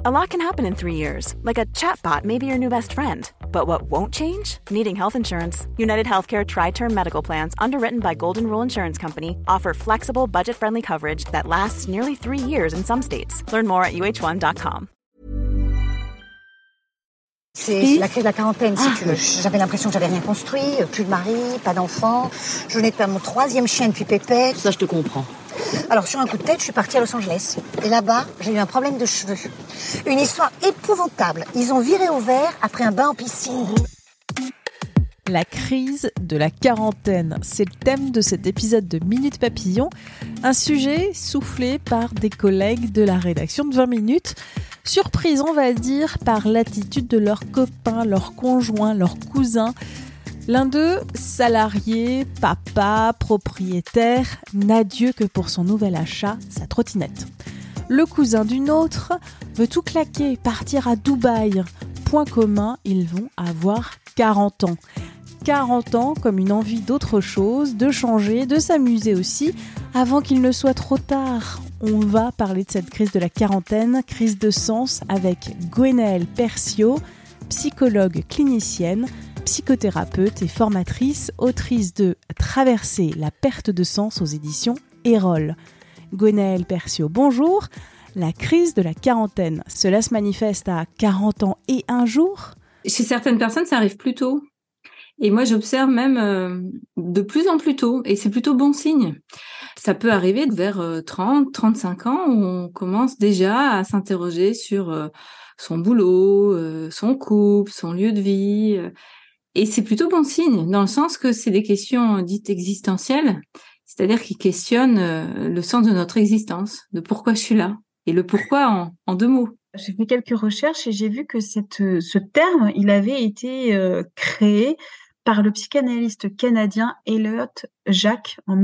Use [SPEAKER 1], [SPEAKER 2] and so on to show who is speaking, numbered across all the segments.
[SPEAKER 1] A lot can happen in 3 years, like a chatbot may be your new best friend. But what won't change? Needing health insurance. United Healthcare Tri-Term Medical Plans, underwritten by Golden Rule Insurance Company, offer flexible, budget-friendly coverage that lasts nearly 3 years in some states. Learn more at uh1.com.
[SPEAKER 2] C'est la crise de la quarantaine, si tu veux. J'avais l'impression que j'avais rien construit, plus de mari, pas d'enfant. Je venais de perdre mon 3e chien depuis Pépé.
[SPEAKER 3] Ça, je te comprends.
[SPEAKER 2] Alors, sur un coup de tête, je suis partie à Los Angeles. Et là-bas, j'ai eu un problème de cheveux. Une histoire épouvantable. Ils ont viré au vert après un bain en piscine.
[SPEAKER 4] La crise de la quarantaine, c'est le thème de cet épisode de Minute Papillon, un sujet soufflé par des collègues de la rédaction de 20 minutes, surprise on va dire par l'attitude de leurs copains, leurs conjoints, leurs cousins. L'un d'eux, salarié, papa, propriétaire, n'a Dieu que pour son nouvel achat, sa trottinette. Le cousin d'une autre veut tout claquer, partir à Dubaï. Point commun, ils vont avoir 40 ans. 40 ans comme une envie d'autre chose, de changer, de s'amuser aussi, avant qu'il ne soit trop tard. On va parler de cette crise de la quarantaine, crise de sens, avec Gwenaëlle Percio, psychologue clinicienne, psychothérapeute et formatrice, autrice de Traverser la perte de sens aux éditions Erol. Gwenaëlle Percio, bonjour. La crise de la quarantaine, cela se manifeste à 40 ans et un jour ?
[SPEAKER 5] Chez certaines personnes, ça arrive plus tôt. Et moi, j'observe même de plus en plus tôt. Et c'est plutôt bon signe. Ça peut arriver vers 30, 35 ans où on commence déjà à s'interroger sur son boulot, son couple, son lieu de vie. Et c'est plutôt bon signe, dans le sens que c'est des questions dites existentielles, c'est-à-dire qui questionnent le sens de notre existence, de pourquoi je suis là, et le pourquoi en 2 mots.
[SPEAKER 6] J'ai fait quelques recherches et j'ai vu que ce terme, il avait été créé par le psychanalyste canadien Elliot Jaques en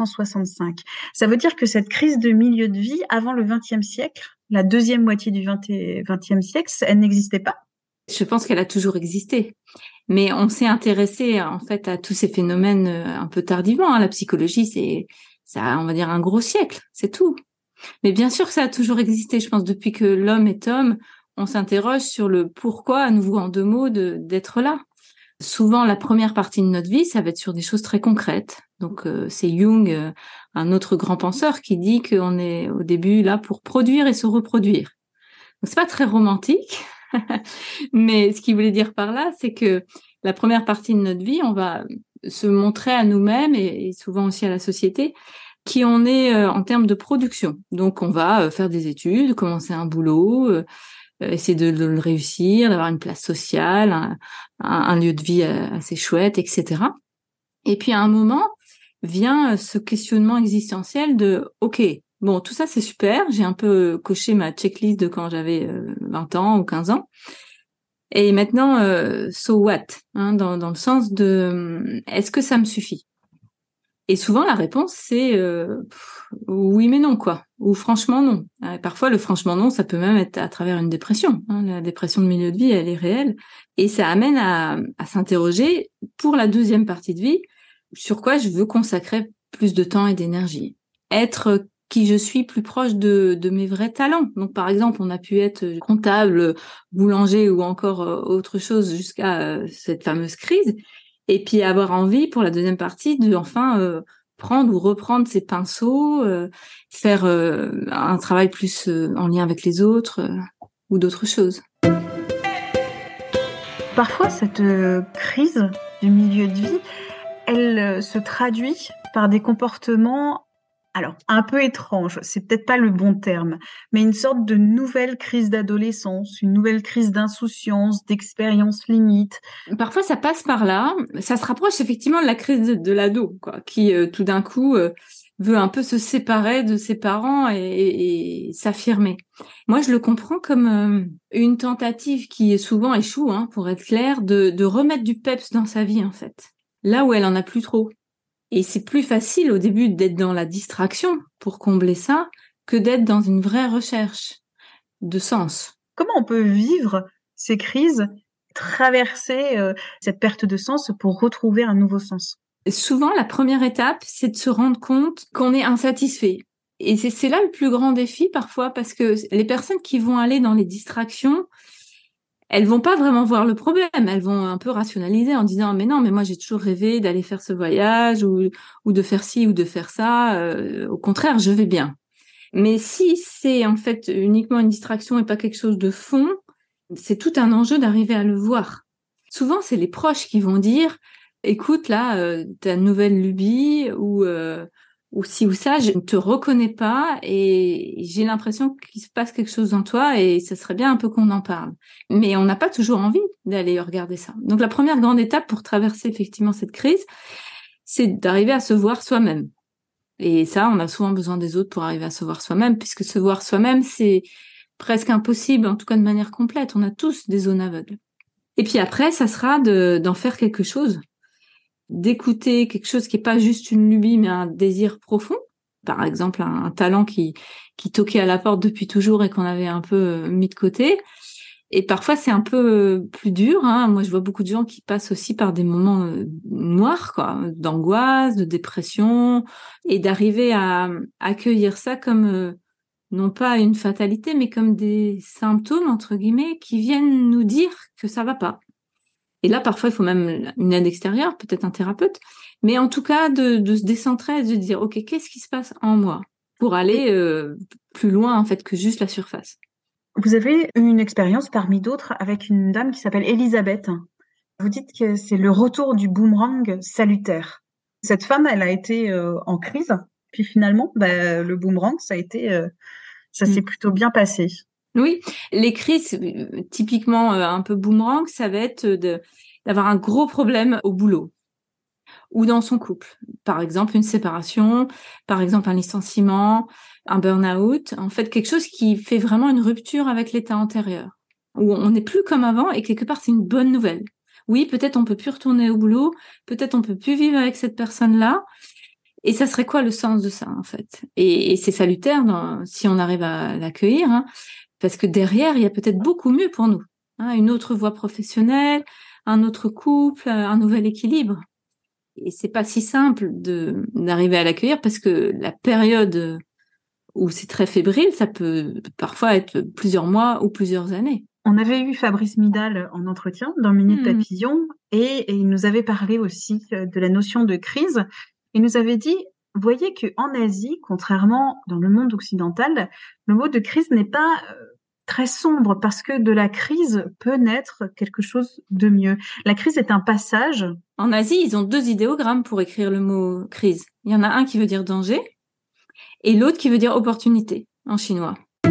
[SPEAKER 6] 1965. Ça veut dire que cette crise de milieu de vie, avant le XXe siècle, la deuxième moitié du XXe siècle, elle n'existait pas.
[SPEAKER 5] Je pense qu'elle a toujours existé. Mais on s'est intéressé en fait à tous ces phénomènes un peu tardivement. La psychologie, c'est ça, on va dire un gros siècle, c'est tout. Mais bien sûr que ça a toujours existé. Je pense depuis que l'homme est homme, on s'interroge sur le pourquoi, à nouveau en 2 mots, d'être là. Souvent, la première partie de notre vie, ça va être sur des choses très concrètes. Donc, c'est Jung, un autre grand penseur, qui dit qu'on est au début là pour produire et se reproduire. Donc, c'est pas très romantique. Mais ce qu'il voulait dire par là, c'est que la première partie de notre vie, on va se montrer à nous-mêmes et souvent aussi à la société qui on est en termes de production. Donc, on va faire des études, commencer un boulot, essayer de le réussir, d'avoir une place sociale, un lieu de vie assez chouette, etc. Et puis, à un moment, vient ce questionnement existentiel de « Ok, bon, tout ça, c'est super. J'ai un peu coché ma checklist de quand j'avais 20 ans ou 15 ans. Et maintenant, so what, hein, dans le sens de est-ce que ça me suffit ?» Et souvent, la réponse, c'est oui, mais non, quoi. Ou franchement, non. Et parfois, le franchement non, ça peut même être à travers une dépression. Hein. La dépression de milieu de vie, elle est réelle. Et ça amène à s'interroger, pour la deuxième partie de vie, sur quoi je veux consacrer plus de temps et d'énergie. Être qui je suis plus proche de mes vrais talents. Donc, par exemple, on a pu être comptable, boulanger ou encore autre chose jusqu'à cette fameuse crise. Et puis avoir envie, pour la deuxième partie, de enfin prendre ou reprendre ses pinceaux, faire un travail plus en lien avec les autres ou d'autres choses.
[SPEAKER 6] Parfois, cette crise du milieu de vie, elle se traduit par des comportements, alors un peu étranges, c'est peut-être pas le bon terme, mais une sorte de nouvelle crise d'adolescence, une nouvelle crise d'insouciance, d'expérience limite.
[SPEAKER 5] Parfois, ça passe par là. Ça se rapproche effectivement de la crise de l'ado, quoi, qui tout d'un coup veut un peu se séparer de ses parents et s'affirmer. Moi, je le comprends comme une tentative qui souvent échoue, hein, pour être clair, de remettre du peps dans sa vie, en fait. Là où elle en a plus trop. Et c'est plus facile au début d'être dans la distraction pour combler ça que d'être dans une vraie recherche de sens.
[SPEAKER 6] Comment on peut vivre ces crises, traverser cette perte de sens pour retrouver un nouveau sens ?
[SPEAKER 5] Souvent, la première étape, c'est de se rendre compte qu'on est insatisfait. Et c'est là le plus grand défi parfois, parce que les personnes qui vont aller dans les distractions, elles vont pas vraiment voir le problème. Elles vont un peu rationaliser en disant mais non, mais moi j'ai toujours rêvé d'aller faire ce voyage ou de faire ci ou de faire ça. Au contraire, je vais bien. Mais si c'est en fait uniquement une distraction et pas quelque chose de fond, c'est tout un enjeu d'arriver à le voir. Souvent, c'est les proches qui vont dire écoute là, ta nouvelle lubie ou ci ou ça, je ne te reconnais pas et j'ai l'impression qu'il se passe quelque chose dans toi et ce serait bien un peu qu'on en parle. Mais on n'a pas toujours envie d'aller regarder ça. Donc la première grande étape pour traverser effectivement cette crise, c'est d'arriver à se voir soi-même. Et ça, on a souvent besoin des autres pour arriver à se voir soi-même, puisque se voir soi-même, c'est presque impossible, en tout cas de manière complète. On a tous des zones aveugles. Et puis après, ça sera d'en faire quelque chose, d'écouter quelque chose qui est pas juste une lubie, mais un désir profond. Par exemple, un talent qui toquait à la porte depuis toujours et qu'on avait un peu mis de côté. Et parfois, c'est un peu plus dur. Hein. Moi, je vois beaucoup de gens qui passent aussi par des moments noirs, quoi, d'angoisse, de dépression, et d'arriver à accueillir ça comme non pas une fatalité, mais comme des symptômes, entre guillemets, qui viennent nous dire que ça va pas. Et là, parfois, il faut même une aide extérieure, peut-être un thérapeute, mais en tout cas, de se décentrer et de dire, OK, qu'est-ce qui se passe en moi pour aller plus loin, en fait, que juste la surface.
[SPEAKER 6] Vous avez eu une expérience parmi d'autres avec une dame qui s'appelle Elisabeth. Vous dites que c'est le retour du boomerang salutaire. Cette femme, elle a été en crise, puis finalement, le boomerang, ça s'est plutôt bien passé.
[SPEAKER 5] Oui, les crises, typiquement un peu boomerang, ça va être d'avoir un gros problème au boulot ou dans son couple. Par exemple, une séparation, par exemple un licenciement, un burn-out. En fait, quelque chose qui fait vraiment une rupture avec l'état antérieur, où on n'est plus comme avant et quelque part, c'est une bonne nouvelle. Oui, peut-être on peut plus retourner au boulot, peut-être on peut plus vivre avec cette personne-là. Et ça serait quoi le sens de ça, en fait? Et c'est salutaire si on arrive à l'accueillir, hein. Parce que derrière, il y a peut-être beaucoup mieux pour nous. Hein, une autre voie professionnelle, un autre couple, un nouvel équilibre. Et c'est pas si simple d'arriver à l'accueillir parce que la période où c'est très fébrile, ça peut parfois être plusieurs mois ou plusieurs années.
[SPEAKER 6] On avait eu Fabrice Midal en entretien dans Minute Papillon et il nous avait parlé aussi de la notion de crise. Il nous avait dit, voyez qu'en Asie, contrairement dans le monde occidental, le mot de crise n'est pas très sombre parce que de la crise peut naître quelque chose de mieux. La crise est un passage.
[SPEAKER 5] En Asie, ils ont 2 idéogrammes pour écrire le mot crise. Il y en a un qui veut dire danger et l'autre qui veut dire opportunité en chinois.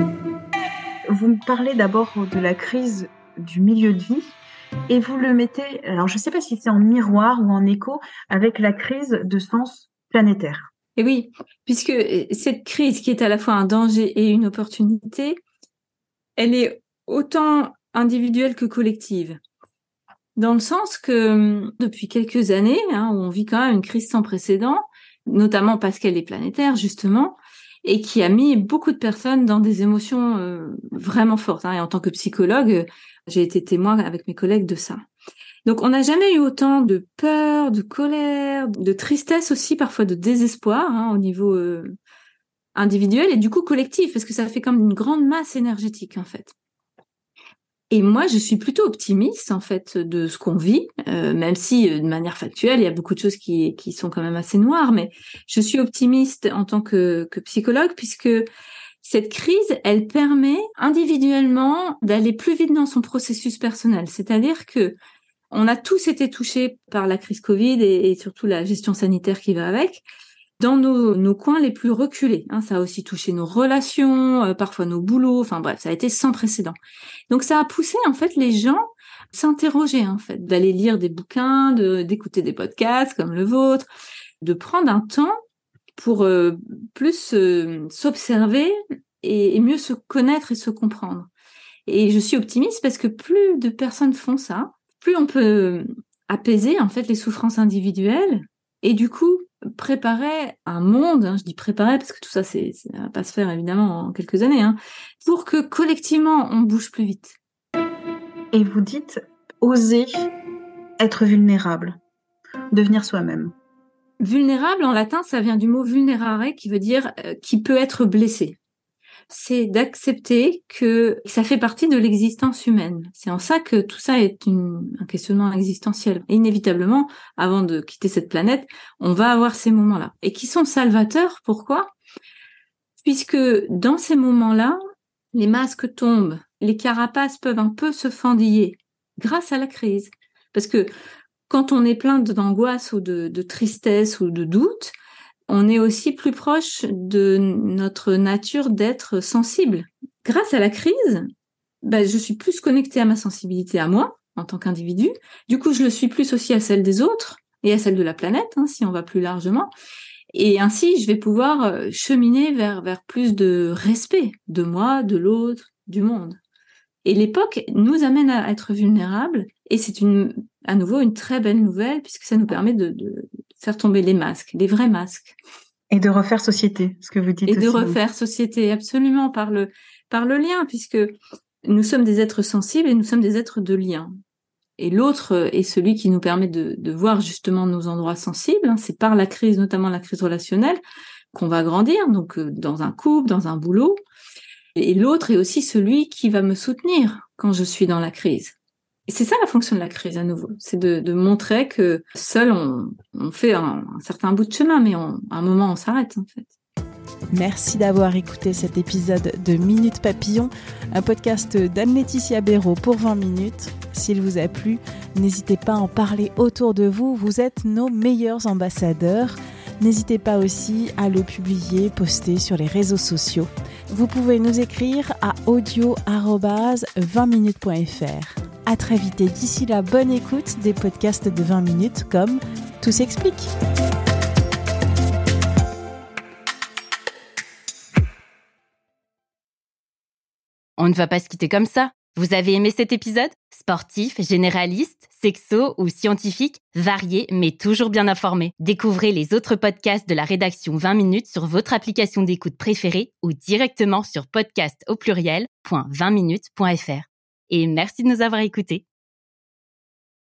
[SPEAKER 6] Vous me parlez d'abord de la crise du milieu de vie et vous le mettez, alors je ne sais pas si c'est en miroir ou en écho, avec la crise de sens planétaire.
[SPEAKER 5] Et oui, puisque cette crise qui est à la fois un danger et une opportunité, elle est autant individuelle que collective. Dans le sens que depuis quelques années, où on vit quand même une crise sans précédent, notamment parce qu'elle est planétaire, justement, et qui a mis beaucoup de personnes dans des émotions vraiment fortes. Et en tant que psychologue, j'ai été témoin avec mes collègues de ça. Donc, on n'a jamais eu autant de peur, de colère, de tristesse aussi, parfois de désespoir au niveau individuel et du coup collectif, parce que ça fait comme une grande masse énergétique, en fait. Et moi, je suis plutôt optimiste, en fait, de ce qu'on vit, même si, de manière factuelle, il y a beaucoup de choses qui sont quand même assez noires, mais je suis optimiste en tant que psychologue, puisque cette crise, elle permet individuellement d'aller plus vite dans son processus personnel. C'est-à-dire que on a tous été touchés par la crise Covid et surtout la gestion sanitaire qui va avec, dans nos coins les plus reculés. Ça a aussi touché nos relations, parfois nos boulots, enfin bref, ça a été sans précédent. Donc ça a poussé en fait les gens à s'interroger, en fait, d'aller lire des bouquins, d'écouter des podcasts comme le vôtre, de prendre un temps pour plus s'observer et mieux se connaître et se comprendre. Et je suis optimiste parce que plus de personnes font ça, plus on peut apaiser en fait les souffrances individuelles et du coup préparer un monde, je dis préparer parce que tout ça ça va pas se faire évidemment en quelques années, pour que collectivement on bouge plus vite.
[SPEAKER 6] Et vous dites oser être vulnérable, devenir soi-même.
[SPEAKER 5] Vulnérable, en latin, ça vient du mot vulnerare, qui veut dire qui peut être blessé. C'est d'accepter que ça fait partie de l'existence humaine. C'est en ça que tout ça est un questionnement existentiel. Et inévitablement, avant de quitter cette planète, on va avoir ces moments-là. Et qui sont salvateurs, pourquoi ? Puisque dans ces moments-là, les masques tombent, les carapaces peuvent un peu se fendiller grâce à la crise. Parce que quand on est plein d'angoisse ou de tristesse ou de doute, on est aussi plus proche de notre nature d'être sensible. Grâce à la crise, je suis plus connectée à ma sensibilité à moi, en tant qu'individu. Du coup, je le suis plus aussi à celle des autres et à celle de la planète, si on va plus largement. Et ainsi, je vais pouvoir cheminer vers plus de respect de moi, de l'autre, du monde. Et l'époque nous amène à être vulnérables, et c'est à nouveau une très belle nouvelle, puisque ça nous permet de faire tomber les masques, les vrais masques.
[SPEAKER 6] Et de refaire société, ce que vous dites.
[SPEAKER 5] Et de refaire société, absolument, par le lien, puisque nous sommes des êtres sensibles et nous sommes des êtres de lien. Et l'autre est celui qui nous permet de voir justement nos endroits sensibles. C'est par la crise, notamment la crise relationnelle, qu'on va grandir, donc dans un couple, dans un boulot. Et l'autre est aussi celui qui va me soutenir quand je suis dans la crise. Et c'est ça la fonction de la crise à nouveau. C'est de montrer que seul on fait un certain bout de chemin, mais à un moment on s'arrête en fait.
[SPEAKER 4] Merci d'avoir écouté cet épisode de Minute Papillon, un podcast d'Anne-Laetitia Béraud pour 20 minutes. S'il vous a plu, n'hésitez pas à en parler autour de vous. Vous êtes nos meilleurs ambassadeurs. N'hésitez pas aussi à le publier, poster sur les réseaux sociaux. Vous pouvez nous écrire à audio@20minutes.fr. À très vite et d'ici là, bonne écoute des podcasts de 20 minutes comme Tout s'explique.
[SPEAKER 3] On ne va pas se quitter comme ça. Vous avez aimé cet épisode ? Sportif, généraliste, sexo ou scientifique, varié mais toujours bien informé. Découvrez les autres podcasts de la rédaction 20 minutes sur votre application d'écoute préférée ou directement sur podcast@20minutes.fr. Et merci de nous avoir écoutés.